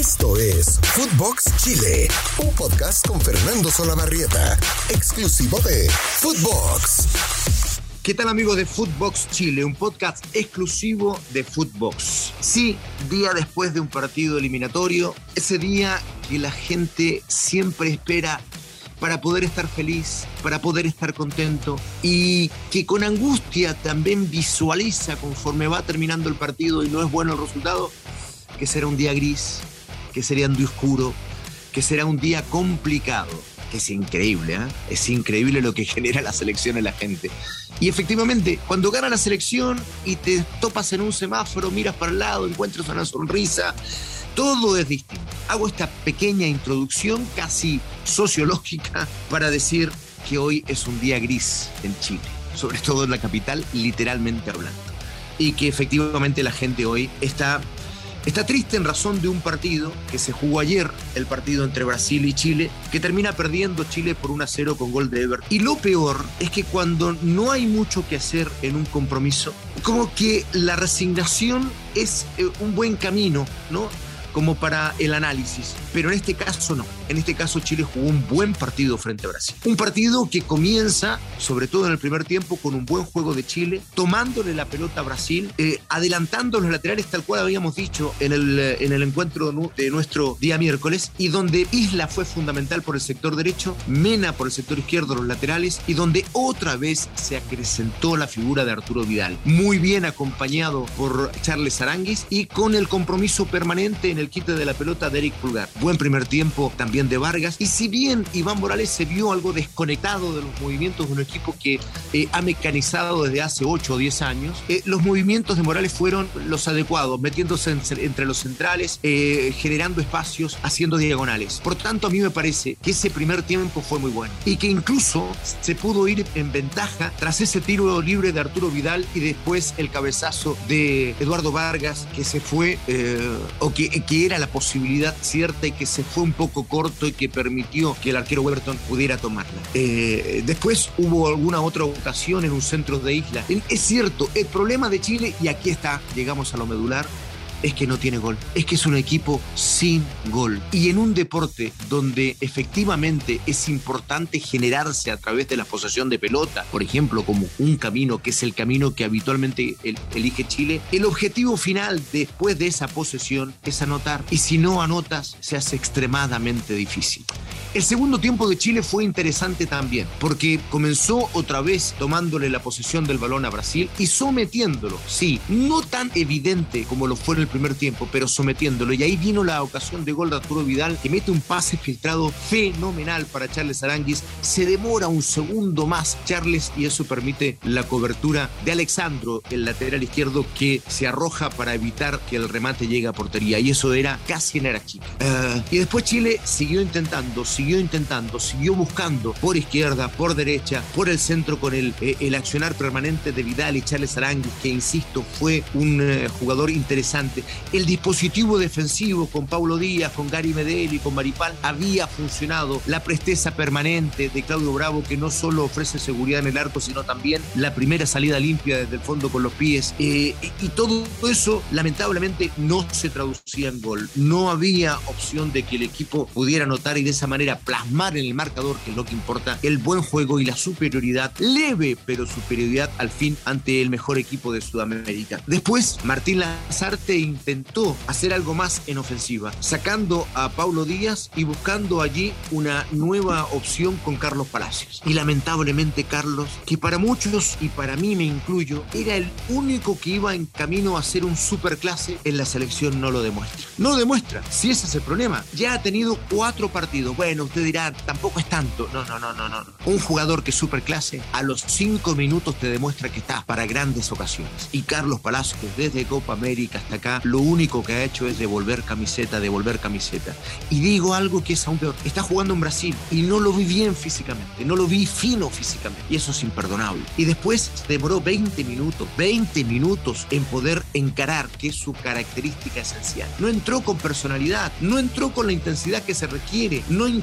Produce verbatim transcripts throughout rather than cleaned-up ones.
Esto es Footbox Chile, un podcast con Fernando Solabarrieta, exclusivo de Footbox. ¿Qué tal, amigos de Footbox Chile? Un podcast exclusivo de Footbox. Sí, día después de un partido eliminatorio, ese día que la gente siempre espera para poder estar feliz, para poder estar contento, y que con angustia también visualiza conforme va terminando el partido y no es bueno el resultado, que será un día gris, que sería un día oscuro, que será un día complicado. Que es increíble, ¿eh? Es increíble lo que genera la selección en la gente. Y efectivamente, cuando gana la selección y te topas en un semáforo, miras para el lado, encuentras una sonrisa, todo es distinto. Hago esta pequeña introducción casi sociológica para decir que hoy es un día gris en Chile, sobre todo en la capital, literalmente hablando. Y que efectivamente la gente hoy está... Está triste en razón de un partido que se jugó ayer, el partido entre Brasil y Chile, que termina perdiendo Chile por uno a cero con gol de Everton. Y lo peor es que cuando no hay mucho que hacer en un compromiso, como que la resignación es un buen camino, ¿no? Como para el análisis, pero en este caso no. En este caso Chile jugó un buen partido frente a Brasil. Un partido que comienza, sobre todo en el primer tiempo, con un buen juego de Chile, tomándole la pelota a Brasil, eh, adelantando los laterales tal cual habíamos dicho en el, en el encuentro de nuestro día miércoles, y donde Isla fue fundamental por el sector derecho, Mena por el sector izquierdo, los laterales, y donde otra vez se acrecentó la figura de Arturo Vidal, muy bien acompañado por Charles Aranguis y con el compromiso permanente en el el quite de la pelota de Eric Pulgar. Buen primer tiempo también de Vargas, y si bien Iván Morales se vio algo desconectado de los movimientos de un equipo que eh, ha mecanizado desde hace ocho o diez años, eh, los movimientos de Morales fueron los adecuados, metiéndose en, entre los centrales, eh, generando espacios, haciendo diagonales. Por tanto, a mí me parece que ese primer tiempo fue muy bueno y que incluso se pudo ir en ventaja tras ese tiro libre de Arturo Vidal y después el cabezazo de Eduardo Vargas, que se fue eh, o que, que que era la posibilidad cierta y que se fue un poco corto y que permitió que el arquero Everton pudiera tomarla. Eh, después hubo alguna otra ocasión en un centro de Isla. Es cierto, el problema de Chile, y aquí está, llegamos a lo medular, es que no tiene gol, es que es un equipo sin gol. Y en un deporte donde efectivamente es importante generarse a través de la posesión de pelota, por ejemplo, como un camino que es el camino que habitualmente el, elige Chile, el objetivo final después de esa posesión es anotar. Y si no anotas, se hace extremadamente difícil. El segundo tiempo de Chile fue interesante también, porque comenzó otra vez tomándole la posesión del balón a Brasil y sometiéndolo, sí, no tan evidente como lo fue en el primer tiempo, pero sometiéndolo. Y ahí vino la ocasión de gol de Arturo Vidal, que mete un pase filtrado fenomenal para Charles Aranguis. Se demora un segundo más Charles y eso permite la cobertura de Alexandro, el lateral izquierdo, que se arroja para evitar que el remate llegue a portería, y eso era casi en era chica. Uh, y después Chile siguió intentando, siguió intentando, siguió buscando por izquierda, por derecha, por el centro con el, eh, el accionar permanente de Vidal y Charles Aranguis, que insisto, fue un eh, jugador interesante. El dispositivo defensivo con Paulo Díaz, con Gary Medel y con Maripal había funcionado. La presteza permanente de Claudio Bravo, que no solo ofrece seguridad en el arco, sino también la primera salida limpia desde el fondo con los pies. Eh, y todo eso, lamentablemente, no se traducía en gol. No había opción de que el equipo pudiera anotar y de esa manera plasmar en el marcador, que es lo que importa, el buen juego y la superioridad, leve pero superioridad al fin ante el mejor equipo de Sudamérica. Después, Martín Lazarte intentó hacer algo más en ofensiva, sacando a Paulo Díaz y buscando allí una nueva opción con Carlos Palacios. Y lamentablemente Carlos, que para muchos y para mí me incluyo, era el único que iba en camino a ser un superclase, en la selección no lo demuestra. No lo demuestra, si ese es el problema. Ya ha tenido cuatro partidos. Bueno, usted dirá, tampoco es tanto. No, no, no, no, no. Un jugador que es superclase, a los cinco minutos te demuestra que está para grandes ocasiones. Y Carlos Palacios, desde Copa América hasta acá, lo único que ha hecho es devolver camiseta, devolver camiseta. Y digo algo que es aún peor. Está jugando en Brasil y no lo vi bien físicamente, no lo vi fino físicamente. Y eso es imperdonable. Y después demoró veinte minutos, veinte minutos en poder encarar, que es su característica esencial. No entró con personalidad, no entró con la intensidad que se requiere, no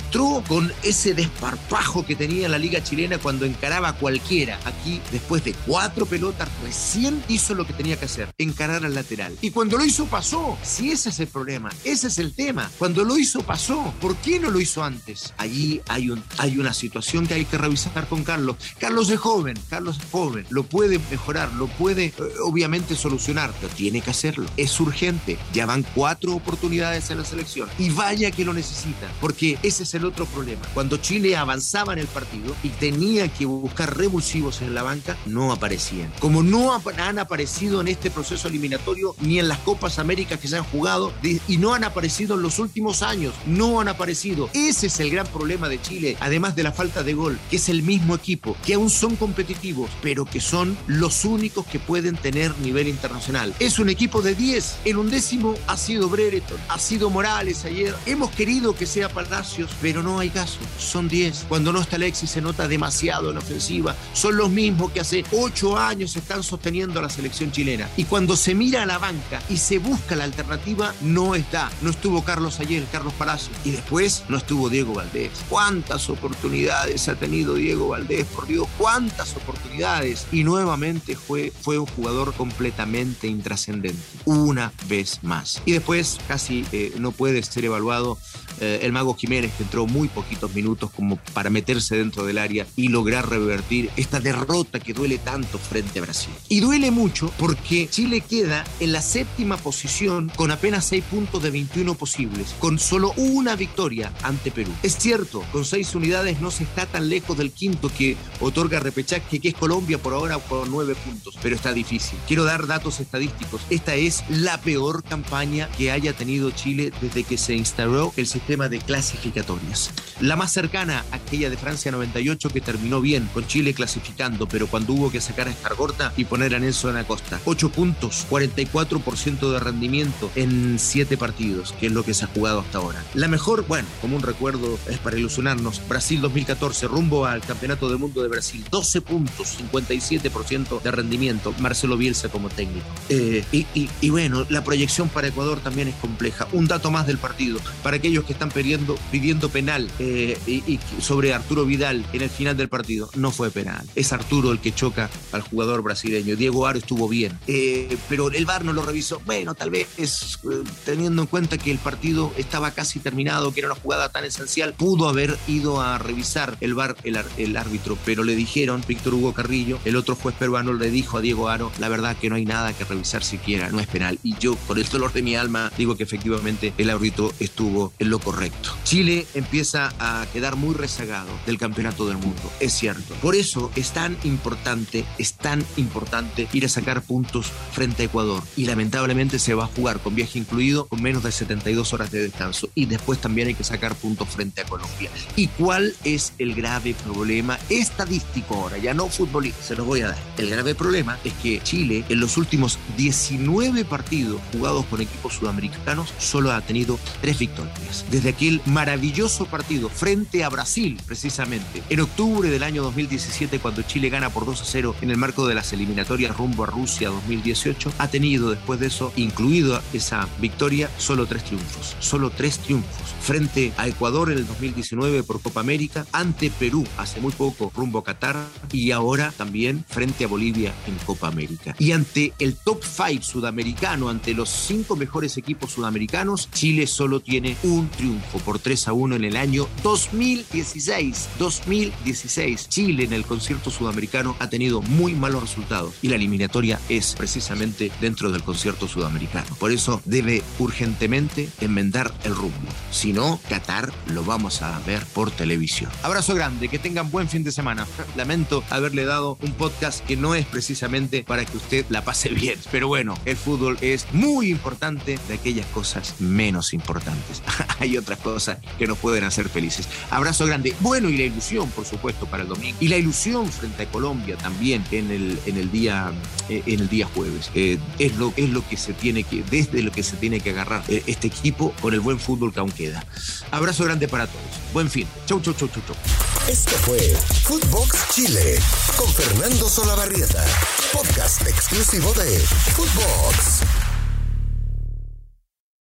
demostró con ese desparpajo que tenía la liga chilena cuando encaraba a cualquiera. Aquí, después de cuatro pelotas, recién hizo lo que tenía que hacer, encarar al lateral. Y cuando lo hizo, pasó. Si ese es el problema, ese es el tema. Cuando lo hizo, pasó. ¿Por qué no lo hizo antes? Allí hay, un, hay una situación que hay que revisar con Carlos. Carlos es joven, Carlos es joven. Lo puede mejorar, lo puede, eh, obviamente, solucionar, pero tiene que hacerlo. Es urgente. Ya van cuatro oportunidades en la selección. Y vaya que lo necesita, porque ese es el otro problema. Cuando Chile avanzaba en el partido y tenía que buscar revulsivos en la banca, no aparecían. Como no han aparecido en este proceso eliminatorio ni en las Copas Américas que se han jugado y no han aparecido en los últimos años. No han aparecido. Ese es el gran problema de Chile, además de la falta de gol, que es el mismo equipo, que aún son competitivos, pero que son los únicos que pueden tener nivel internacional. Es un equipo de diez. El undécimo ha sido Brereton, ha sido Morales ayer. Hemos querido que sea Palacios, pero no hay caso. Son diez. Cuando no está Alexis se nota demasiado en ofensiva. Son los mismos que hace ocho años están sosteniendo a la selección chilena. Y cuando se mira a la banca y se busca la alternativa, no está. No estuvo Carlos ayer, Carlos Palacios. Y después no estuvo Diego Valdés. ¿Cuántas oportunidades ha tenido Diego Valdés? Por Dios, ¿cuántas oportunidades? Y nuevamente fue, fue un jugador completamente intrascendente. Una vez más. Y después casi eh, no puede ser evaluado eh, el Mago Jiménez, que entró muy poquitos minutos como para meterse dentro del área y lograr revertir esta derrota que duele tanto frente a Brasil. Y duele mucho porque Chile queda en la séptima posición con apenas seis puntos de veintiuno posibles, con solo una victoria ante Perú. Es cierto, con seis unidades no se está tan lejos del quinto que otorga repechaje, que es Colombia por ahora con nueve puntos, pero está difícil. Quiero dar datos estadísticos. Esta es la peor campaña que haya tenido Chile desde que se instauró el sistema de clasificatorias. La más cercana, aquella de Francia noventa y ocho, que terminó bien, con Chile clasificando, pero cuando hubo que sacar a Escargorta y poner a Nelson Acosta. ocho puntos, cuarenta y cuatro por ciento de rendimiento en siete partidos, que es lo que se ha jugado hasta ahora. La mejor, bueno, como un recuerdo, es para ilusionarnos, Brasil dos mil catorce, rumbo al Campeonato del Mundo de Brasil, doce puntos, cincuenta y siete por ciento de rendimiento, Marcelo Bielsa como técnico. Eh, y, y, y bueno, la proyección para Ecuador también es compleja. Un dato más del partido, para aquellos que están pidiendo, pidiendo penal eh, y, y sobre Arturo Vidal en el final del partido, no fue penal. Es Arturo el que choca al jugador brasileño. Diego Aro estuvo bien, eh, pero el V A R no lo revisó. Bueno, tal vez es, eh, teniendo en cuenta que el partido estaba casi terminado, que era una jugada tan esencial, pudo haber ido a revisar el V A R el, el árbitro, pero le dijeron, Víctor Hugo Carrillo, el otro juez peruano, le dijo a Diego Aro, la verdad que no hay nada que revisar siquiera, no es penal. Y yo, con el dolor de mi alma, digo que efectivamente el árbitro estuvo en lo correcto. Chile empieza a quedar muy rezagado del campeonato del mundo, es cierto. Por eso es tan importante, es tan importante ir a sacar puntos frente a Ecuador. Y lamentablemente se va a jugar con viaje incluido, con menos de setenta y dos horas de descanso. Y después también hay que sacar puntos frente a Colombia. ¿Y cuál es el grave problema estadístico ahora? Ya no futbolístico, se los voy a dar. El grave problema es que Chile, en los últimos diecinueve partidos jugados con equipos sudamericanos, solo ha tenido tres victorias. Desde aquel maravilloso partido frente a Brasil, precisamente, en octubre del año dos mil diecisiete, cuando Chile gana por dos a cero en el marco de las eliminatorias rumbo a Rusia dos mil dieciocho, ha tenido después de eso, incluido esa victoria, solo tres triunfos. Solo tres triunfos. Frente a Ecuador en el dos mil diecinueve por Copa América, ante Perú hace muy poco rumbo a Qatar y ahora también frente a Bolivia en Copa América. Y ante el top cinco sudamericano, ante los cinco mejores equipos sudamericanos, Chile solo tiene un triunfo por tres a uno en el año dos mil dieciséis. dos mil dieciséis. Chile en el concierto sudamericano ha tenido muy malos resultados y la eliminatoria es precisamente dentro del concierto sudamericano. Por eso debe urgentemente enmendar el rumbo. Si no, Qatar lo vamos a ver por televisión. Abrazo grande, que tengan buen fin de semana. Lamento haberle dado un podcast que no es precisamente para que usted la pase bien, pero bueno, el fútbol es muy importante, de aquellas cosas menos importantes. Hay otras cosas que nos pueden hacer felices. Abrazo grande. Bueno, y la ilusión, por supuesto, para el domingo. Y la ilusión frente a Colombia también en el, en el, día, eh, en el día jueves. Eh, es, lo, es lo que se tiene que, desde lo que se tiene que agarrar eh, este equipo con el buen fútbol que aún queda. Abrazo grande para todos. Buen fin. Chau, chau, chau, chau, chau. Esto fue Footbox Chile con Fernando Solabarrieta, podcast exclusivo de Footbox.